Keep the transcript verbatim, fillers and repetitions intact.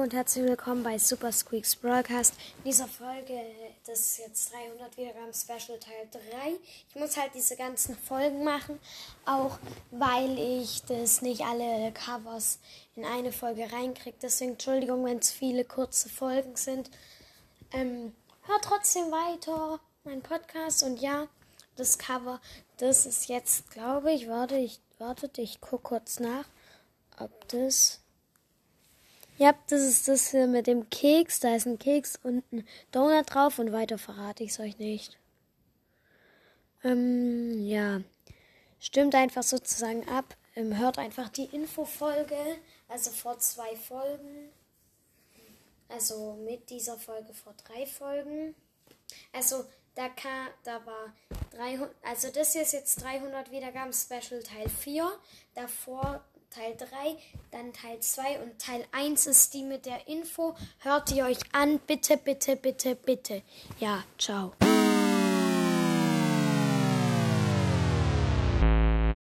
und herzlich willkommen bei Super Squeaks Broadcast. In dieser Folge, das ist jetzt dreihundert Wiedergaben Special Teil drei. Ich muss halt diese ganzen Folgen machen, auch weil ich das nicht alle Covers in eine Folge reinkriege. Deswegen Entschuldigung, wenn es viele kurze Folgen sind. Ähm, hört trotzdem weiter meinen Podcast und ja, das Cover, das ist jetzt, glaube ich, warte, ich, wartet, ich gucke kurz nach, ob das... Ja, das ist das hier mit dem Keks. Da ist ein Keks und ein Donut drauf und weiter verrate ich es euch nicht. Ähm, ja. Stimmt einfach sozusagen ab. Ähm, hört einfach die Infofolge, also vor zwei Folgen. Also mit dieser Folge vor drei Folgen. Also da kam, da war dreihundert, also das hier ist jetzt dreihundert Wiedergaben Special Teil vier. Davor Teil drei, dann Teil zwei und Teil eins ist die mit der Info. Hört ihr euch an, bitte, bitte, bitte, bitte. Ja, ciao.